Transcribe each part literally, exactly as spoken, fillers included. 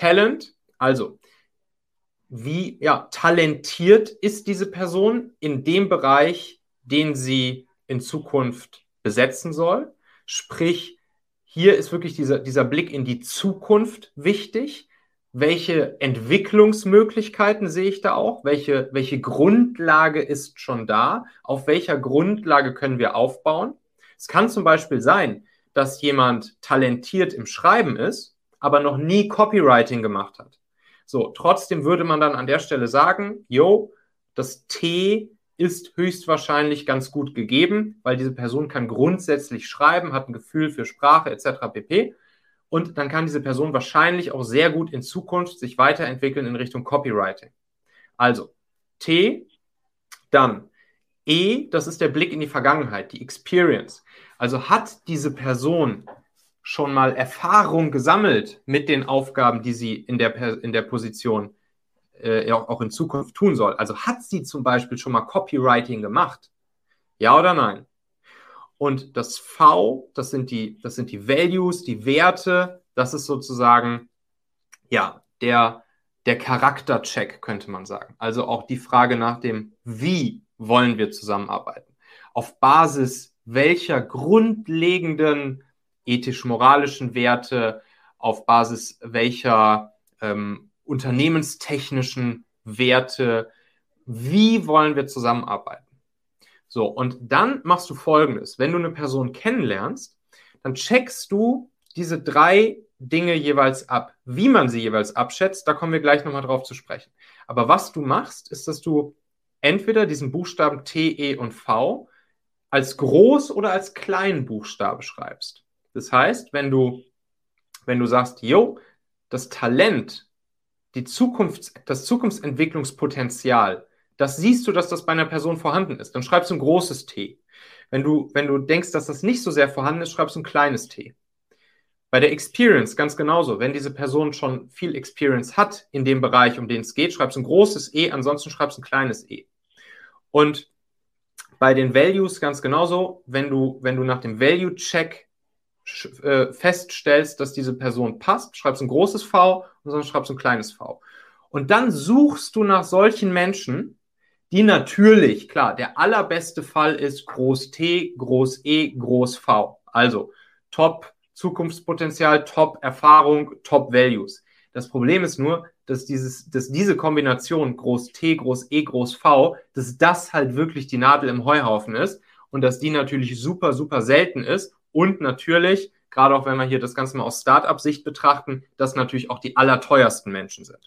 Talent, also wie ja, talentiert ist diese Person in dem Bereich, den sie in Zukunft besetzen soll. Sprich, hier ist wirklich dieser, dieser Blick in die Zukunft wichtig. Welche Entwicklungsmöglichkeiten sehe ich da auch? Welche, welche Grundlage ist schon da? Auf welcher Grundlage können wir aufbauen? Es kann zum Beispiel sein, dass jemand talentiert im Schreiben ist, aber noch nie Copywriting gemacht hat. So, trotzdem würde man dann an der Stelle sagen, jo, das T ist höchstwahrscheinlich ganz gut gegeben, weil diese Person kann grundsätzlich schreiben, hat ein Gefühl für Sprache et cetera pp. Und dann kann diese Person wahrscheinlich auch sehr gut in Zukunft sich weiterentwickeln in Richtung Copywriting. Also T, dann E, das ist der Blick in die Vergangenheit, die Experience. Also hat diese Person schon mal Erfahrung gesammelt mit den Aufgaben, die sie in der, in der Position äh, auch in Zukunft tun soll. Also hat sie zum Beispiel schon mal Copywriting gemacht? Ja oder nein? Und das V, das sind die, das sind die Values, die Werte, das ist sozusagen ja, der, der Charaktercheck, könnte man sagen. Also auch die Frage nach dem, wie wollen wir zusammenarbeiten? Auf Basis welcher grundlegenden ethisch-moralischen Werte, auf Basis welcher ähm, unternehmenstechnischen Werte, wie wollen wir zusammenarbeiten? So, und dann machst du Folgendes. Wenn du eine Person kennenlernst, dann checkst du diese drei Dinge jeweils ab. Wie man sie jeweils abschätzt, da kommen wir gleich nochmal drauf zu sprechen. Aber was du machst, ist, dass du entweder diesen Buchstaben T, E und V als Groß- oder als Kleinbuchstabe schreibst. Das heißt, wenn du, wenn du sagst, jo, das Talent, die Zukunfts-, das Zukunftsentwicklungspotenzial, das siehst du, dass das bei einer Person vorhanden ist, dann schreibst du ein großes T. Wenn du, wenn du denkst, dass das nicht so sehr vorhanden ist, schreibst du ein kleines T. Bei der Experience ganz genauso. Wenn diese Person schon viel Experience hat in dem Bereich, um den es geht, schreibst du ein großes E, ansonsten schreibst du ein kleines E. Und bei den Values ganz genauso. Wenn du, wenn du nach dem Value-Check äh, feststellst, dass diese Person passt, schreibst du ein großes V und sonst schreibst du ein kleines V. Und dann suchst du nach solchen Menschen, die natürlich, klar, der allerbeste Fall ist Groß T, Groß E, Groß V. Also Top Zukunftspotenzial, Top Erfahrung, Top Values. Das Problem ist nur, dass, dieses, dass diese Kombination Groß T, Groß E, Groß V, dass das halt wirklich die Nadel im Heuhaufen ist und dass die natürlich super, super selten ist und natürlich, gerade auch wenn wir hier das Ganze mal aus Start-up-Sicht betrachten, dass natürlich auch die allerteuersten Menschen sind.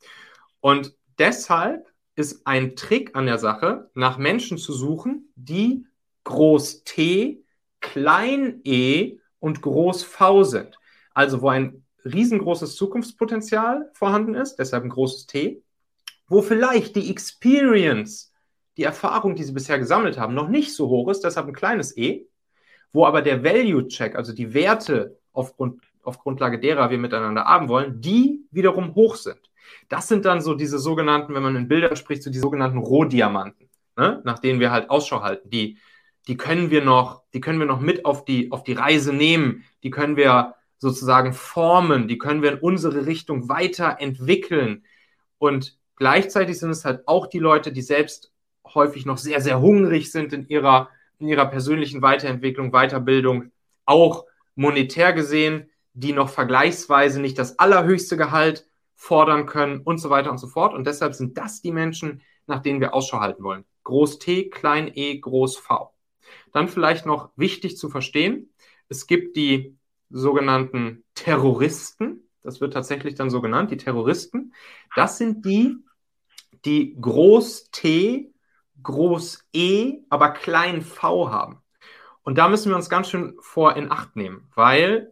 Und deshalb ist ein Trick an der Sache, nach Menschen zu suchen, die Groß T, Klein E und Groß V sind. Also wo ein riesengroßes Zukunftspotenzial vorhanden ist, deshalb ein großes T, wo vielleicht die Experience, die Erfahrung, die sie bisher gesammelt haben, noch nicht so hoch ist, deshalb ein kleines E, wo aber der Value-Check, also die Werte aufgrund, auf Grundlage derer wir miteinander arbeiten wollen, die wiederum hoch sind. Das sind dann so diese sogenannten, wenn man in Bildern spricht, so die sogenannten Rohdiamanten, ne? Nach denen wir halt Ausschau halten. Die, die können wir noch, die können wir noch mit auf die, auf die Reise nehmen, die können wir sozusagen formen, die können wir in unsere Richtung weiterentwickeln. Und gleichzeitig sind es halt auch die Leute, die selbst häufig noch sehr, sehr hungrig sind in ihrer, in ihrer persönlichen Weiterentwicklung, Weiterbildung, auch monetär gesehen, die noch vergleichsweise nicht das allerhöchste Gehalt fordern können und so weiter und so fort. Und deshalb sind das die Menschen, nach denen wir Ausschau halten wollen. Groß T, Klein E, Groß V. Dann vielleicht noch wichtig zu verstehen, es gibt die sogenannten Terroristen, das wird tatsächlich dann so genannt, die Terroristen. Das sind die, die Groß T, Groß E, aber Klein V haben. Und da müssen wir uns ganz schön vor in Acht nehmen, weil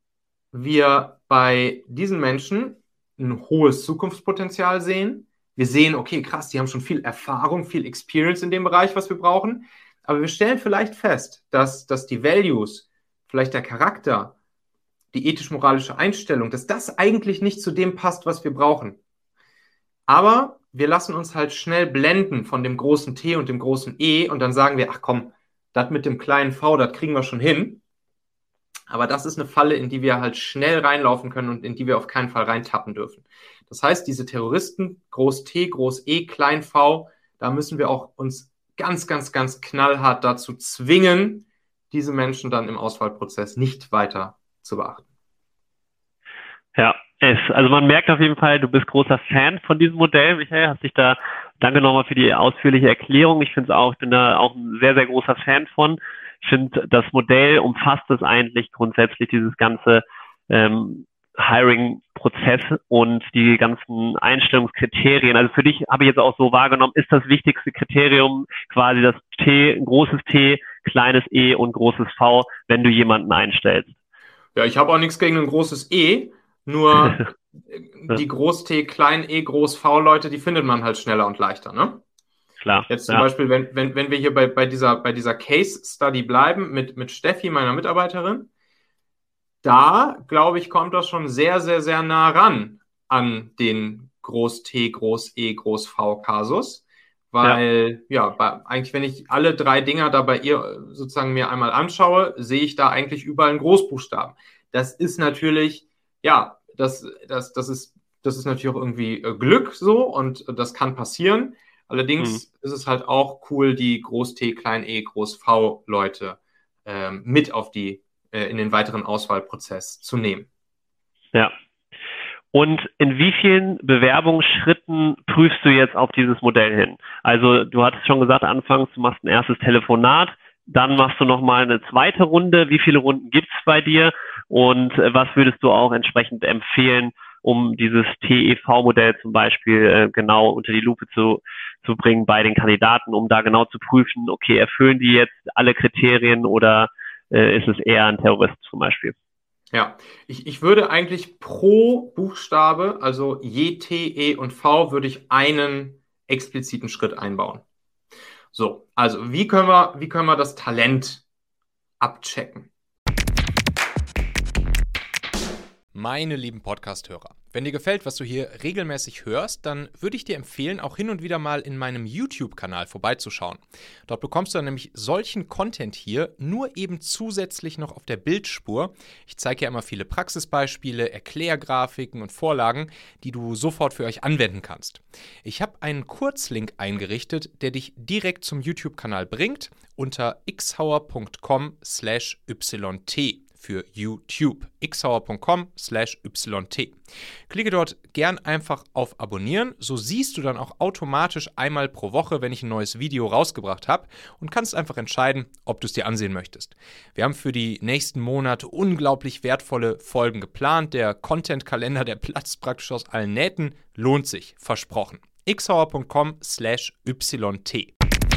wir bei diesen Menschen ein hohes Zukunftspotenzial sehen. Wir sehen, okay, krass, die haben schon viel Erfahrung, viel Experience in dem Bereich, was wir brauchen. Aber wir stellen vielleicht fest, dass, dass die Values, vielleicht der Charakter, die ethisch-moralische Einstellung, dass das eigentlich nicht zu dem passt, was wir brauchen. Aber wir lassen uns halt schnell blenden von dem großen T und dem großen E und dann sagen wir, ach komm, das mit dem kleinen V, das kriegen wir schon hin. Aber das ist eine Falle, in die wir halt schnell reinlaufen können und in die wir auf keinen Fall reintappen dürfen. Das heißt, diese Terroristen, Groß T, Groß E, Klein V, da müssen wir auch uns ganz, ganz, ganz knallhart dazu zwingen, diese Menschen dann im Auswahlprozess nicht weiter zu beachten. Ja, es, also man merkt auf jeden Fall, du bist großer Fan von diesem Modell, Michael, hast dich da, danke nochmal für die ausführliche Erklärung. Ich finde es auch, ich bin da auch ein sehr, sehr großer Fan von. Ich finde, das Modell umfasst es eigentlich grundsätzlich, dieses ganze ähm, Hiring-Prozess und die ganzen Einstellungskriterien. Also für dich habe ich jetzt auch so wahrgenommen, ist das wichtigste Kriterium quasi das T, ein großes T, kleines E und großes V, wenn du jemanden einstellst. Ja, ich habe auch nichts gegen ein großes E, nur die Groß-T, Klein-E, Groß-V-Leute, die findet man halt schneller und leichter, ne? Klar. Jetzt zum ja. Beispiel, wenn, wenn, wenn wir hier bei, bei dieser, bei dieser Case-Study bleiben mit, mit Steffi, meiner Mitarbeiterin, da, glaube ich, kommt das schon sehr, sehr, sehr nah ran an den Groß-T, Groß-E, Groß-V-Kasus. Weil, ja, ja bei, eigentlich, wenn ich alle drei Dinger da bei ihr sozusagen mir einmal anschaue, sehe ich da eigentlich überall einen Großbuchstaben. Das ist natürlich, ja, das, das, das, ist, das ist natürlich auch irgendwie Glück so und das kann passieren. Allerdings mhm. ist es halt auch cool, die Groß-T, Klein-E, Groß-V-Leute ähm, mit auf die, äh, in den weiteren Auswahlprozess zu nehmen. Ja. Und in wie vielen Bewerbungsschritten prüfst du jetzt auf dieses Modell hin? Also du hattest schon gesagt, anfangs, du machst ein erstes Telefonat, dann machst du nochmal eine zweite Runde. Wie viele Runden gibt's bei dir? Und äh, was würdest du auch entsprechend empfehlen, um dieses T E V-Modell zum Beispiel äh, genau unter die Lupe zu, zu bringen bei den Kandidaten, um da genau zu prüfen, okay, erfüllen die jetzt alle Kriterien oder äh, ist es eher ein Terrorist zum Beispiel? Ja, ich, ich würde eigentlich pro Buchstabe, also je T, E und V, würde ich einen expliziten Schritt einbauen. So, also wie können wir, wie können wir das Talent abchecken? Meine lieben Podcast-Hörer, wenn dir gefällt, was du hier regelmäßig hörst, dann würde ich dir empfehlen, auch hin und wieder mal in meinem YouTube-Kanal vorbeizuschauen. Dort bekommst du dann nämlich solchen Content hier nur eben zusätzlich noch auf der Bildspur. Ich zeige ja immer viele Praxisbeispiele, Erklärgrafiken und Vorlagen, die du sofort für euch anwenden kannst. Ich habe einen Kurzlink eingerichtet, der dich direkt zum YouTube-Kanal bringt unter xhauer punkt com slash yt. Für YouTube. xhauer punkt com slash yt. Klicke dort gern einfach auf Abonnieren, so siehst du dann auch automatisch einmal pro Woche, wenn ich ein neues Video rausgebracht habe und kannst einfach entscheiden, ob du es dir ansehen möchtest. Wir haben für die nächsten Monate unglaublich wertvolle Folgen geplant. Der Content-Kalender, der platzt praktisch aus allen Nähten, lohnt sich, versprochen. xhauer punkt com slash yt.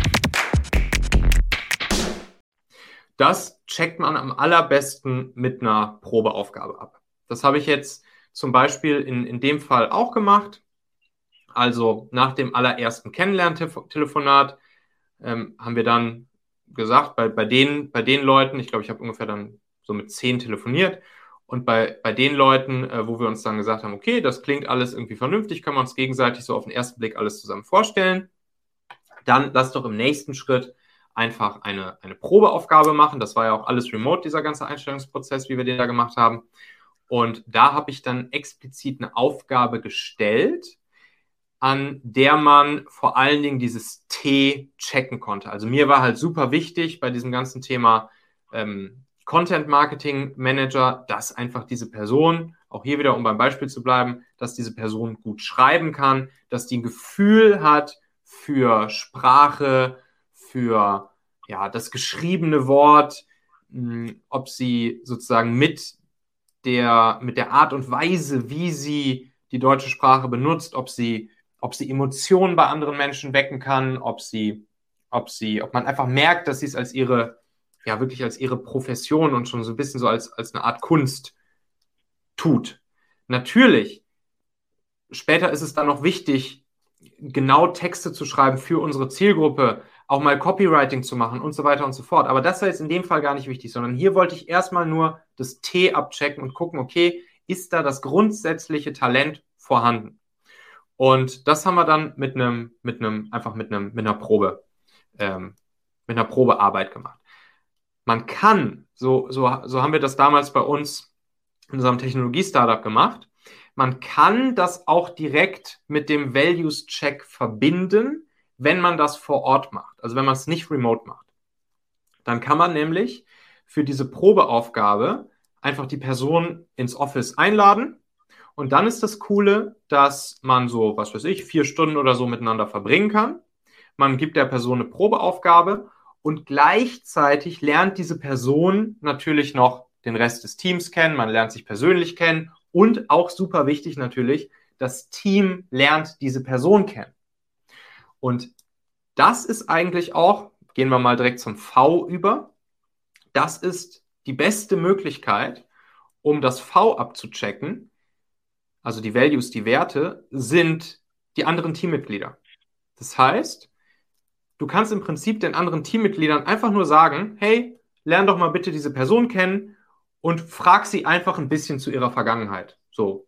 Das checkt man am allerbesten mit einer Probeaufgabe ab. Das habe ich jetzt zum Beispiel in, in dem Fall auch gemacht. Also nach dem allerersten Kennenlerntelefonat ähm, haben wir dann gesagt, bei, bei, den, bei den Leuten, ich glaube, ich habe ungefähr dann so mit zehn telefoniert, und bei, bei den Leuten, äh, wo wir uns dann gesagt haben, okay, das klingt alles irgendwie vernünftig, können wir uns gegenseitig so auf den ersten Blick alles zusammen vorstellen, dann lass doch im nächsten Schritt einfach eine, eine Probeaufgabe machen. Das war ja auch alles remote, dieser ganze Einstellungsprozess, wie wir den da gemacht haben. Und da habe ich dann explizit eine Aufgabe gestellt, an der man vor allen Dingen dieses T checken konnte. Also mir war halt super wichtig bei diesem ganzen Thema ähm, Content Marketing Manager, dass einfach diese Person, auch hier wieder, um beim Beispiel zu bleiben, dass diese Person gut schreiben kann, dass die ein Gefühl hat für Sprache, für ja, das geschriebene Wort, mh, ob sie sozusagen mit der, mit der Art und Weise, wie sie die deutsche Sprache benutzt, ob sie, ob sie Emotionen bei anderen Menschen wecken kann, ob sie, ob sie, ob man einfach merkt, dass sie es als ihre, ja, wirklich als ihre Profession und schon so ein bisschen so als, als eine Art Kunst tut. Natürlich, später ist es dann noch wichtig, genau Texte zu schreiben für unsere Zielgruppe, auch mal Copywriting zu machen und so weiter und so fort. Aber das war jetzt in dem Fall gar nicht wichtig, sondern hier wollte ich erstmal nur das T abchecken und gucken, okay, ist da das grundsätzliche Talent vorhanden? Und das haben wir dann mit einem, mit einem, einfach mit einem, mit einer Probe, ähm, mit einer Probearbeit gemacht. man kann, so, so, so haben wir das damals bei uns in unserem Technologie-Startup gemacht, man kann das auch direkt mit dem Values-Check verbinden, wenn man das vor Ort macht, also wenn man es nicht remote macht. Dann kann man nämlich für diese Probeaufgabe einfach die Person ins Office einladen. Und dann ist das Coole, dass man so, was weiß ich, vier Stunden oder so miteinander verbringen kann. Man gibt der Person eine Probeaufgabe und gleichzeitig lernt diese Person natürlich noch den Rest des Teams kennen. Man lernt sich persönlich kennen und auch super wichtig natürlich, das Team lernt diese Person kennen. Und das ist eigentlich auch, gehen wir mal direkt zum V über, das ist die beste Möglichkeit, um das V abzuchecken, also die Values, die Werte, sind die anderen Teammitglieder. Das heißt, du kannst im Prinzip den anderen Teammitgliedern einfach nur sagen, hey, lern doch mal bitte diese Person kennen und frag sie einfach ein bisschen zu ihrer Vergangenheit. So,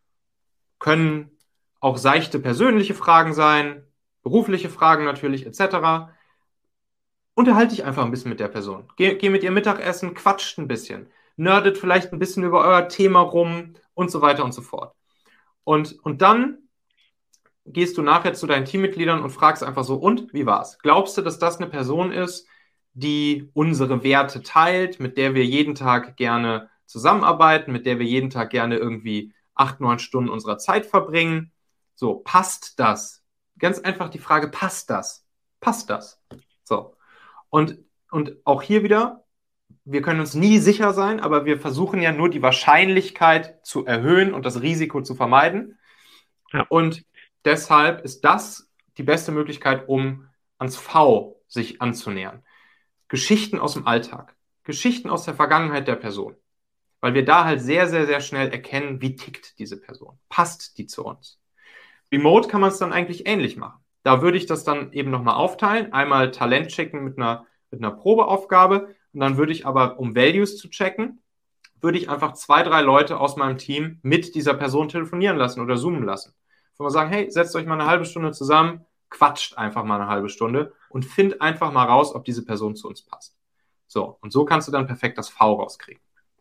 können auch seichte persönliche Fragen sein, berufliche Fragen natürlich, et cetera. Unterhalte dich einfach ein bisschen mit der Person. Geh, geh mit ihr Mittagessen, quatscht ein bisschen, nerdet vielleicht ein bisschen über euer Thema rum und so weiter und so fort. Und, und dann gehst du nachher zu deinen Teammitgliedern und fragst einfach so, und, wie war's? Glaubst du, dass das eine Person ist, die unsere Werte teilt, mit der wir jeden Tag gerne zusammenarbeiten, mit der wir jeden Tag gerne irgendwie acht, neun Stunden unserer Zeit verbringen? So, passt das? Ganz einfach die Frage, passt das? Passt das? So. Und, und auch hier wieder, wir können uns nie sicher sein, aber wir versuchen ja nur die Wahrscheinlichkeit zu erhöhen und das Risiko zu vermeiden. Ja. Und deshalb ist das die beste Möglichkeit, um ans V sich anzunähern. Geschichten aus dem Alltag, Geschichten aus der Vergangenheit der Person, weil wir da halt sehr, sehr, sehr schnell erkennen, wie tickt diese Person, passt die zu uns. Remote kann man es dann eigentlich ähnlich machen. Da würde ich das dann eben nochmal aufteilen, einmal Talent checken mit einer, mit einer Probeaufgabe und dann würde ich aber, um Values zu checken, würde ich einfach zwei, drei Leute aus meinem Team mit dieser Person telefonieren lassen oder zoomen lassen. Wo wir sagen, hey, setzt euch mal eine halbe Stunde zusammen, quatscht einfach mal eine halbe Stunde und find einfach mal raus, ob diese Person zu uns passt. So, und so kannst du dann perfekt das V rauskriegen.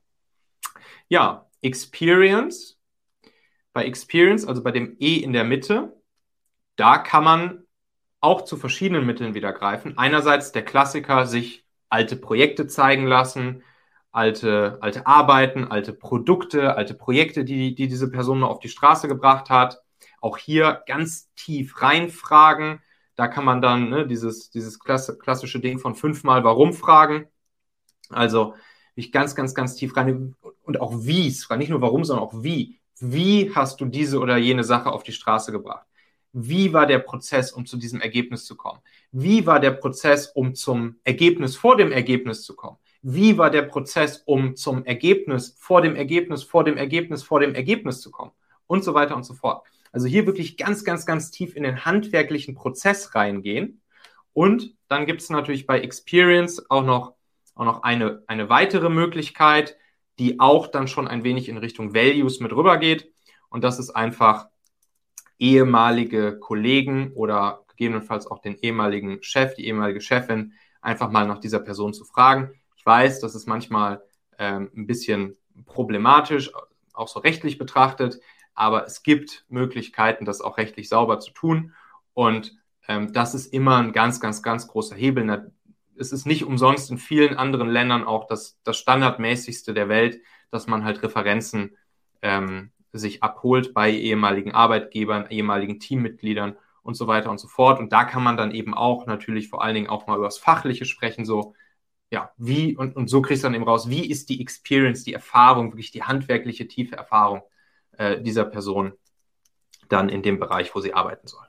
Ja, Experience. Bei Experience, also bei dem E in der Mitte, da kann man auch zu verschiedenen Mitteln wieder greifen. Einerseits der Klassiker, sich alte Projekte zeigen lassen, alte, alte Arbeiten, alte Produkte, alte Projekte, die, die diese Person mal auf die Straße gebracht hat. Auch hier ganz tief reinfragen. Da kann man dann ne, dieses, dieses klassische Ding von fünfmal Warum fragen. Also ich ganz, ganz, ganz tief rein. Und auch Wie's, nicht nur Warum, sondern auch Wie. Wie hast du diese oder jene Sache auf die Straße gebracht? Wie war der Prozess, um zu diesem Ergebnis zu kommen? Wie war der Prozess, um zum Ergebnis vor dem Ergebnis zu kommen? Wie war der Prozess, um zum Ergebnis vor dem Ergebnis, vor dem Ergebnis, vor dem Ergebnis zu kommen? Und so weiter und so fort. Also hier wirklich ganz, ganz, ganz tief in den handwerklichen Prozess reingehen. Und dann gibt es natürlich bei Experience auch noch, auch noch eine, eine weitere Möglichkeit, die auch dann schon ein wenig in Richtung Values mit rübergeht. Und das ist einfach ehemalige Kollegen oder gegebenenfalls auch den ehemaligen Chef, die ehemalige Chefin, einfach mal nach dieser Person zu fragen. Ich weiß, das ist manchmal ähm, ein bisschen problematisch, auch so rechtlich betrachtet, aber es gibt Möglichkeiten, das auch rechtlich sauber zu tun. Und ähm, das ist immer ein ganz, ganz, ganz großer Hebel. Es ist nicht umsonst in vielen anderen Ländern auch das, das Standardmäßigste der Welt, dass man halt Referenzen ähm, sich abholt bei ehemaligen Arbeitgebern, ehemaligen Teammitgliedern und so weiter und so fort. Und da kann man dann eben auch natürlich vor allen Dingen auch mal über das Fachliche sprechen, so, ja, wie, und, und so kriegst du dann eben raus, wie ist die Experience, die Erfahrung, wirklich die handwerkliche, tiefe Erfahrung äh, dieser Person dann in dem Bereich, wo sie arbeiten soll.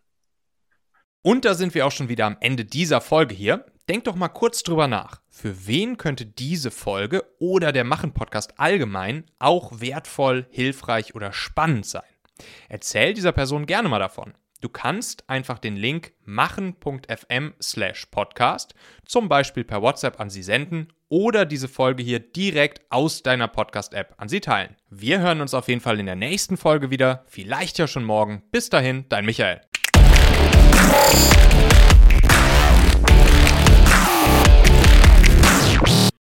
Und da sind wir auch schon wieder am Ende dieser Folge hier. Denk doch mal kurz drüber nach. Für wen könnte diese Folge oder der Machen-Podcast allgemein auch wertvoll, hilfreich oder spannend sein? Erzähl dieser Person gerne mal davon. Du kannst einfach den Link machen.fm slash podcast zum Beispiel per WhatsApp an sie senden oder diese Folge hier direkt aus deiner Podcast-App an sie teilen. Wir hören uns auf jeden Fall in der nächsten Folge wieder, vielleicht ja schon morgen. Bis dahin, dein Michael.